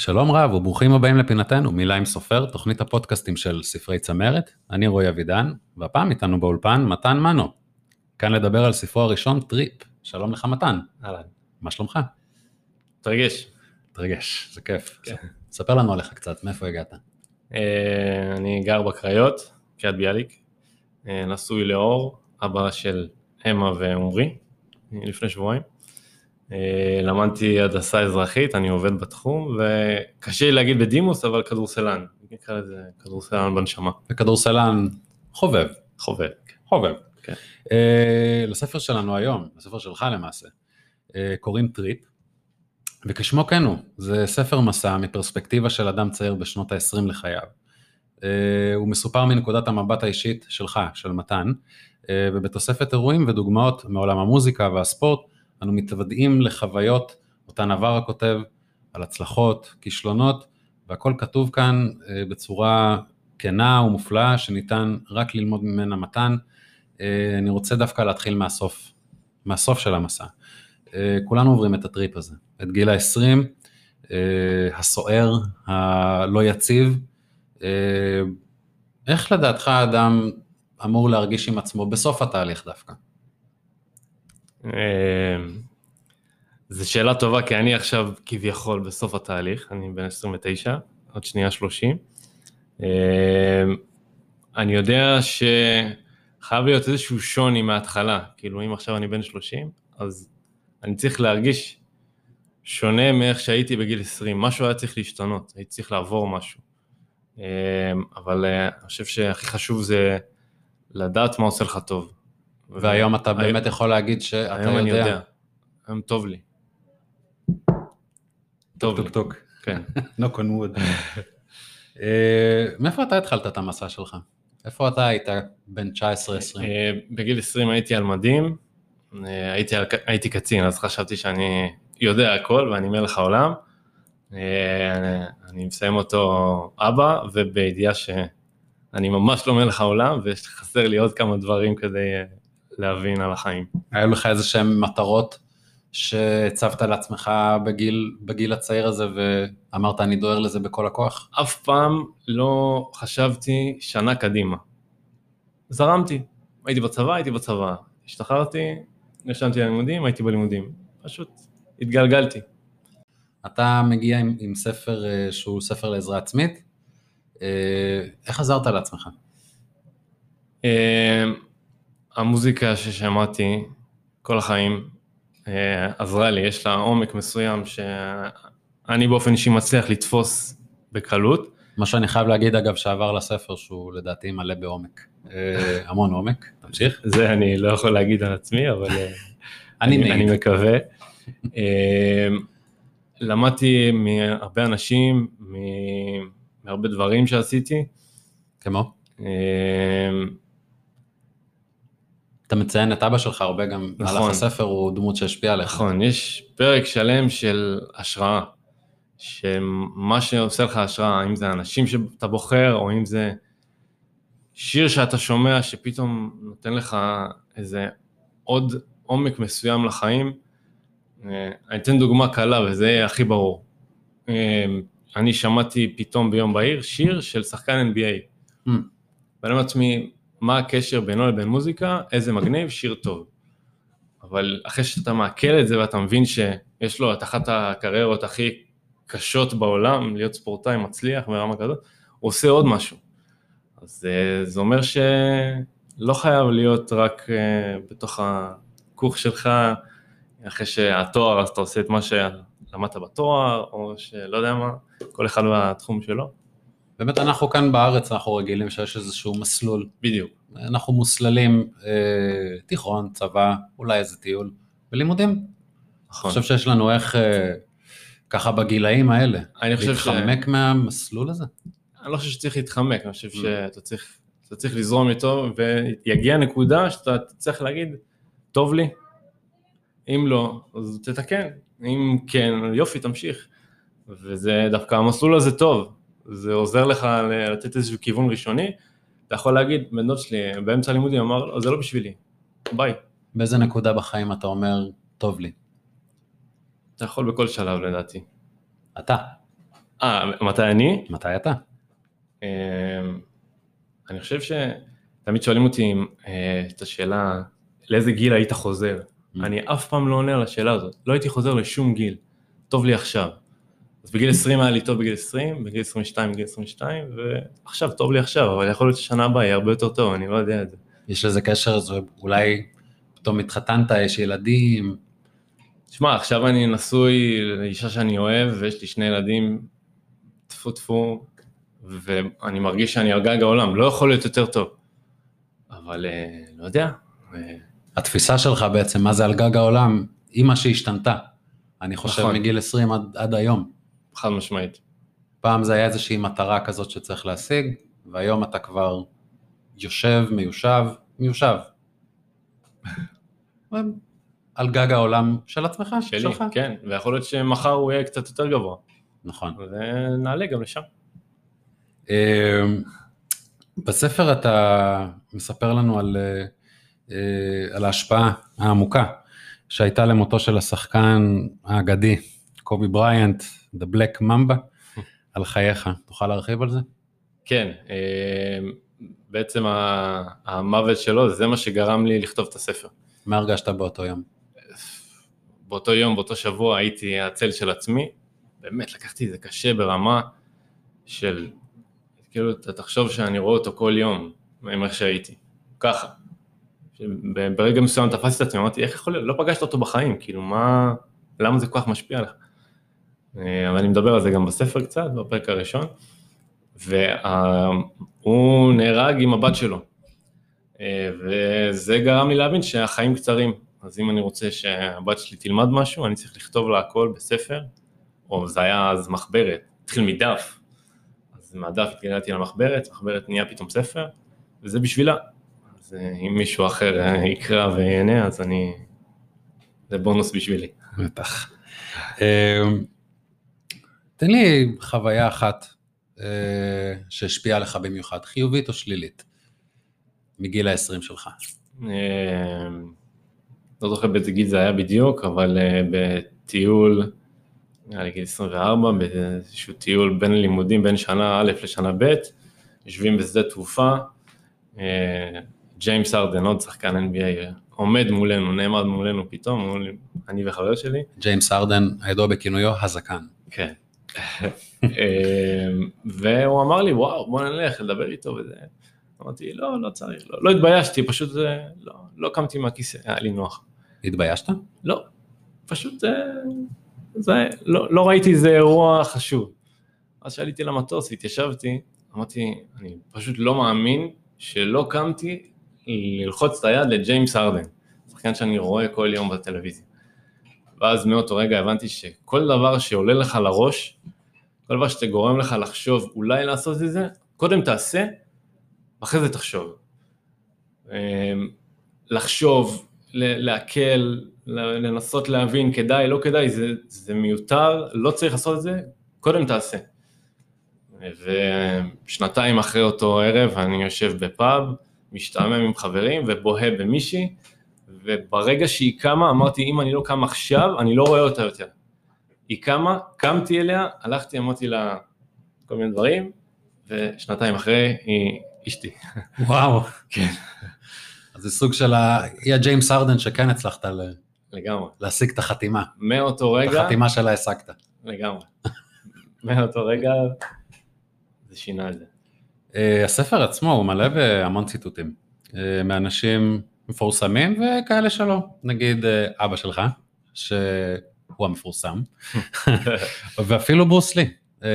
שלום רב וברוכים הבאים לפינתנו, מילה עם סופר, תוכנית הפודקאסטים של ספרי צמרת. אני רועי אבידן, והפעם איתנו באולפן מתן מנו. כאן לדבר על ספרו הראשון, טריפ. שלום לך מתן. אהלן. מה שלומך? תרגש, זה כיף. כן. ספר לנו עליך קצת, מאיפה הגעת? אני גר בקריות, קריית ביאליק, נשוי לאור, אבא של המה ועומרי, לפני שבועיים. למדתי הנדסה אזרחית, אני עובד בתחום, וקשה לי להגיד בדימוס, אבל כדורסלן, נקרא לזה כדורסלן בנשמה. וכדורסלן חובב. חובב. כן. לספר שלנו היום, לספר שלך למעשה, קוראים טריפ, וכשמו כן זה ספר מסע מפרספקטיבה של אדם צעיר בשנות ה-20 לחייו. הוא מסופר מנקודת המבט האישית שלך, של מתן, ובתוספת אירועים ודוגמאות מעולם המוזיקה והספורט, אנו מתוודעים לחוויות אותן עבר הכותב, על הצלחות, כישלונות, והכל כתוב כאן בצורה כנה ומופלאה, שניתן רק ללמוד ממנה מתן. אני רוצה דווקא להתחיל מהסוף של המסע. כולנו עוברים את הטריפ הזה, את גיל ה-20, הסוער, הלא יציב. איך לדעתך האדם אמור להרגיש עם עצמו בסוף התהליך דווקא? זו שאלה טובה, כי אני עכשיו כביכול בסוף התהליך, אני בן 29, עוד שנייה 30. אני יודע שחייב להיות איזשהו שוני מההתחלה, כאילו אם עכשיו אני בן 30, אז אני צריך להרגיש שונה מאיך שהייתי בגיל 20, משהו היה צריך להשתנות, הייתי צריך לעבור משהו. אבל אני חושב שהכי חשוב זה לדעת מה עושה לך טוב. והיום אתה באמת יכול להגיד שאתה יודע. היום אני יודע, היום טוב לי. טוק. כן. knock on wood. מאיפה אתה התחלת את המסע שלך? איפה אתה היית בין 19-20? בגיל 20 הייתי על מדים, הייתי קצין, אז חשבתי שאני יודע הכל ואני מלך העולם. אני מסיים אותו אבא, ובידיעה שאני ממש לא מלך העולם, וחסר לי עוד כמה דברים כדי להבין על החיים. היו לך איזה שהן מטרות שהצבת לעצמך בגיל הצעיר הזה, ואמרת אני דוהר לזה בכל הכוח? אף פעם לא חשבתי שנה קדימה. זרמתי, הייתי בצבא, השתחררתי, נרשמתי ללימודים, הייתי בלימודים, פשוט התגלגלתי. אתה מגיע עם ספר שהוא ספר לעזרה עצמית, איך עזרת לעצמך? המוזיקה ששמעתי כל החיים עזרה לי, יש לה עומק מסוים שאני באופן אישי מצליח לתפוס בקלות. מה שאני חייב להגיד אגב שעבר לספר שהוא לדעתי מלא בעומק, המון עומק, תמשיך. זה אני לא יכול להגיד על עצמי, אבל אני מקווה. למדתי מהרבה אנשים, מהרבה דברים שעשיתי. כמו? אתה מציין את אבא שלך הרבה גם, נכון. מהלך הספר הוא דמות שהשפיעה עליך. נכון, יש פרק שלם של השראה, שמה שעושה לך השראה, אם זה אנשים שאתה בוחר, או אם זה שיר שאתה שומע, שפתאום נותן לך איזה עוד עומק מסוים לחיים. אני אתן דוגמה קלה, וזה הכי ברור. אני שמעתי פתאום ביום בהיר שיר של שחקן NBA. ואני אומר לעצמי, מה הקשר בינו לבין מוזיקה? איזה מגניב, שיר טוב. אבל אחרי שאתה מעכל את זה, ואתה מבין שיש לו את אחת הקריירות הכי קשות בעולם, להיות ספורטאי מצליח ברמה כזאת, הוא עושה עוד משהו. אז זה אומר שלא חייב להיות רק בתוך הכוך שלך, אחרי שהתואר, אז אתה עושה את מה שלמדת בתואר, או שלא יודע מה, כל אחד בתחום שלו. באמת אנחנו כאן בארץ, אנחנו רגילים שיש איזשהו מסלול. בדיוק. אנחנו מוסללים, תיכון, צבא, אולי איזה טיול, בלימודים. נכון. אני חושב שיש לנו איך, ככה בגילאים האלה, להתחמק מהמסלול הזה? אני לא חושב שצריך להתחמק, אני חושב שאתה צריך לזרום איתו, ויגיע נקודה שאתה צריך להגיד, טוב לי, אם לא, אז תתקן, אם כן, יופי, תמשיך. וזה דווקא, המסלול הזה טוב, זה עוזר לך לתת איזשהו כיוון ראשוני, אתה יכול להגיד, בן דוד שלי, באמצע הלימודים, אמר, לא, זה לא בשבילי, ביי. באיזה נקודה בחיים אתה אומר, טוב לי? אתה יכול בכל שלב לדעתי. אתה? מתי אני? מתי אתה? אני חושב שתמיד שואלים אותי את השאלה, לאיזה גיל היית חוזר? אני אף פעם לא עונה על השאלה הזאת, לא הייתי חוזר לשום גיל, טוב לי עכשיו. אז בגיל 20 היה לי טוב בגיל 20, בגיל 22 בגיל 22, ועכשיו טוב לי עכשיו, אבל יכול להיות ששנה הבאה יהיה הרבה יותר טוב, אני לא יודע את זה. יש לזה קשר, אולי פתאום התחתנת, יש ילדים. תשמע, עכשיו אני נשוי לאישה שאני אוהב, ויש לי 2 ילדים, טפו טפו, ואני מרגיש שאני על גג העולם, לא יכול להיות יותר טוב. אבל לא יודע. התפיסה שלך בעצם, מה זה על גג העולם, היא מה שהשתנתה. אני חושב נכון. מגיל 20 עד היום. חד משמעית. פעם זה היה איזושהי מטרה כזאת שצריך להשיג, והיום אתה כבר יושב, מיושב. על גג העולם של עצמך, שלי, שלך. כן, ויכול להיות שמחר הוא יהיה קצת יותר גבוה. נכון. ונעלה גם לשם. בספר אתה מספר לנו על ההשפעה העמוקה שהייתה למותו של השחקן האגדי, קובי בריינט, The Black Mamba, על חייך. תוכל להרחיב על זה? כן, בעצם המוות שלו, זה מה שגרם לי לכתוב את הספר. מה הרגשת באותו יום? באותו יום, באותו שבוע, הייתי הצל של עצמי, באמת לקחתי את זה קשה ברמה של, כאילו, אתה תחשוב שאני רואה אותו כל יום, מאיך שהייתי, ככה. ברגע מסוים תפסתי את עצמי, אמרתי, איך יכול להיות? לא פגשת אותו בחיים, כאילו, למה זה כל כך משפיע עליך? אבל אני מדבר על זה גם בספר קצת, בפרק הראשון, והוא נהרג עם הבת שלו, וזה גרם לי להבין שהחיים קצרים, אז אם אני רוצה שהבת שלי תלמד משהו, אני צריך לכתוב לה הכל בספר, או זה היה אז מחברת, התחיל מדף, אז מהדף התגלגלתי למחברת, מחברת נהיה פתאום ספר, וזה בשבילה. אז אם מישהו אחר יקרא ויהנה, אז זה בונוס בשבילי. בטח. תן לי חוויה אחת שהשפיעה לך במיוחד, חיובית או שלילית, מגיל ה-20 שלך. לא זוכר באיזה גיל זה היה בדיוק, אבל בטיול, נראה לי גיל 24, באיזשהו טיול בין לימודים, בין שנה א' לשנה ב', יושבים בשדה תעופה, ג'יימס ארדן, עוד שחקן NBA, עומד מולנו, נעמד מולנו פתאום, אני וחבר שלי. ג'יימס ארדן, הידוע בכינויו הזקן. כן. והוא אמר לי, וואו, בוא נלך לדבר איתו וזה. אמרתי, לא צריך, לא התביישתי, פשוט לא קמתי מהכיסא, היה לי נוח. התביישת? לא, פשוט לא ראיתי איזה אירוע חשוב. אז שעליתי למטוס והתיישבתי, אמרתי, אני פשוט לא מאמין שלא קמתי ללחוץ את היד לג'יימס ארדן, שחקן שאני רואה כל יום בטלוויזיה. ואז מאותו רגע הבנתי שכל דבר שעולה לך לראש, כל דבר שאתה גורם לך לחשוב אולי לעשות את זה, קודם תעשה, אחרי זה תחשוב. לחשוב, להקל, לנסות להבין, כדאי, לא כדאי, זה מיותר, לא צריך לעשות את זה, קודם תעשה. ושנתיים אחרי אותו ערב אני יושב בפאב, משתעמם עם חברים ובוהה במישהי, וברגע שהיא קמה אמרתי, אם אני לא קם עכשיו, אני לא רואה אותה יותר. היא קמה, קמתי אליה, הלכתי, אמרתי לה כל מיני דברים, ושנתיים אחרי היא אשתי. וואו. כן. אז זה סוג של היא הג'יימס ארדן שכן הצלחת לגמרי. להשיג את החתימה. מאותו רגע. את החתימה שלה השגת. לגמרי. מאותו רגע זה שינה את זה. הספר עצמו הוא מלא בהמון ציטוטים, מאנשים מפורסמים וכאלה שלא. נגיד אבא שלך, שהוא המפורסם, ואפילו ברוס לי.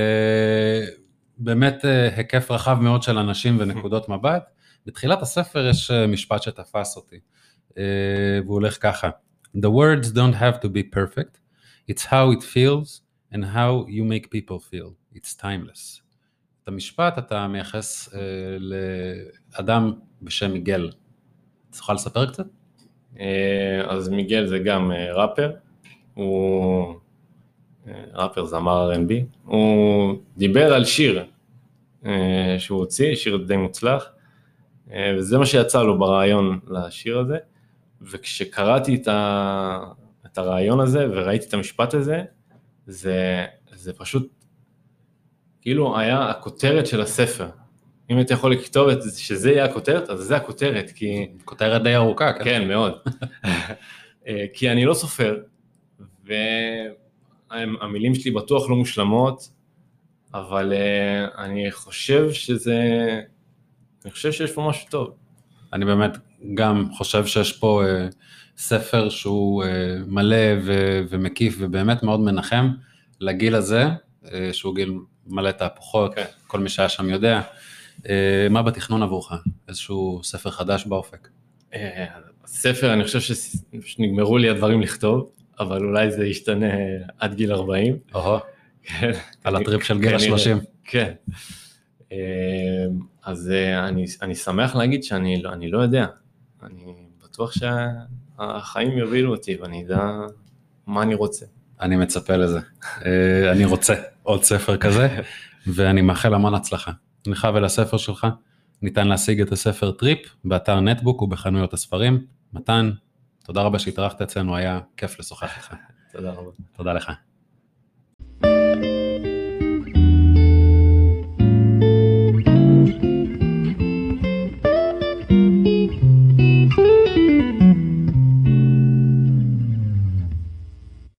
באמת היקף רחב מאוד של אנשים ונקודות מבט. בתחילת הספר יש משפט שתפס אותי, והוא הולך ככה: The words don't have to be perfect, it's how it feels and how you make people feel, it's timeless. את המשפט אתה מייחס לאדם בשם מיגל. תוכל לספר קצת? אז מיגל זה גם ראפר, הוא ראפר זמר R&B, הוא דיבר על שיר שהוא הוציא, שיר די מוצלח, וזה מה שיצא לו ברעיון לשיר הזה, וכשקראתי את הרעיון הזה וראיתי את המשפט הזה, זה פשוט כאילו היה הכותרת של הספר. אם היית יכול לכתוב את זה, שזה יהיה הכותרת, אז זה הכותרת, כי... כותרת די ארוכה, כן? כן, מאוד. כי אני לא סופר, והמילים שלי בטוח לא מושלמות, אבל אני חושב שיש פה משהו טוב. אני באמת גם חושב שיש פה ספר שהוא מלא ומקיף ובאמת מאוד מנחם לגיל הזה, שהוא גיל מלא תהפוכות, כן. כל מי שהיה שם יודע. מה בתכנון עבורך? איזשהו ספר חדש באופק? ספר, אני חושב שנגמרו לי הדברים לכתוב, אבל אולי זה ישתנה עד גיל 40. על הטריפ של גיל ה-30. כן. אז אני שמח להגיד שאני לא יודע. אני בטוח שהחיים יובילו אותי ואני אדע מה אני רוצה. אני מצפה לזה. אני רוצה עוד ספר כזה, ואני מאחל המון הצלחה. לך ולספר שלך, ניתן להשיג את הספר טריפ באתר נטבוק ובחנויות הספרים. מתן, תודה רבה שהתארחת אצלנו, היה כיף לשוחח איתך. תודה רבה. תודה לך.